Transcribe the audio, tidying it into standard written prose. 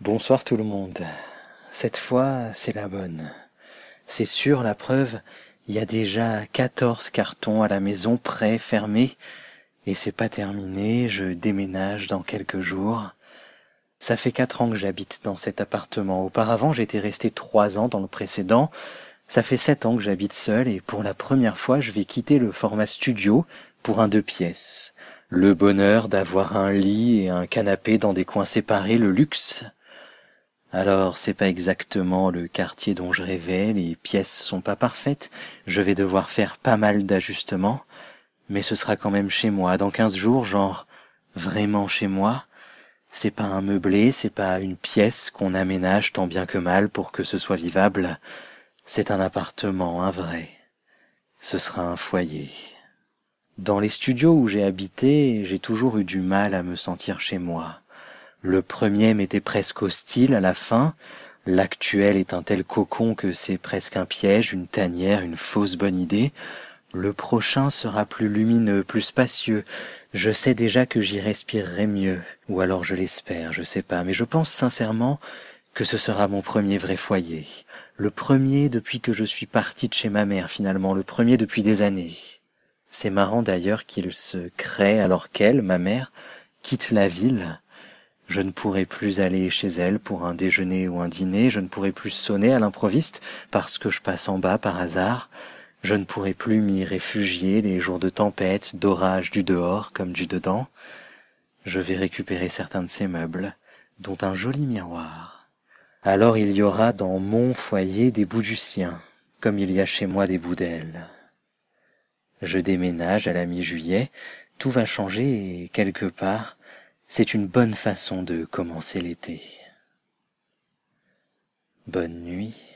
Bonsoir tout le monde. Cette fois, c'est la bonne. C'est sûr, la preuve, il y a déjà 14 cartons à la maison prêts, fermés, et c'est pas terminé, je déménage dans quelques jours. Ça fait 4 ans que j'habite dans cet appartement. Auparavant, j'étais resté 3 ans dans le précédent. Ça fait 7 ans que j'habite seul, et pour la première fois, je vais quitter le format studio pour un 2 pièces. Le bonheur d'avoir un lit et un canapé dans des coins séparés, le luxe. Alors, c'est pas exactement le quartier dont je rêvais, les pièces sont pas parfaites, je vais devoir faire pas mal d'ajustements, mais ce sera quand même chez moi, dans 15 jours, genre, vraiment chez moi. C'est pas un meublé, c'est pas une pièce qu'on aménage tant bien que mal pour que ce soit vivable, c'est un appartement, un vrai. Ce sera un foyer. Dans les studios où j'ai habité, j'ai toujours eu du mal à me sentir chez moi. Le premier m'était presque hostile à la fin, l'actuel est un tel cocon que c'est presque un piège, une tanière, une fausse bonne idée. Le prochain sera plus lumineux, plus spacieux. Je sais déjà que j'y respirerai mieux, ou alors je l'espère, je sais pas, mais je pense sincèrement que ce sera mon premier vrai foyer. Le premier depuis que je suis parti de chez ma mère finalement, le premier depuis des années. C'est marrant d'ailleurs qu'il se crée alors qu'elle, ma mère, quitte la ville. Je ne pourrai plus aller chez elle pour un déjeuner ou un dîner, je ne pourrai plus sonner à l'improviste parce que je passe en bas par hasard, je ne pourrai plus m'y réfugier les jours de tempête, d'orage du dehors comme du dedans. Je vais récupérer certains de ces meubles, dont un joli miroir. Alors il y aura dans mon foyer des bouts du sien, comme il y a chez moi des bouts d'elle. Je déménage à la mi-juillet, tout va changer et quelque part, c'est une bonne façon de commencer l'été. Bonne nuit.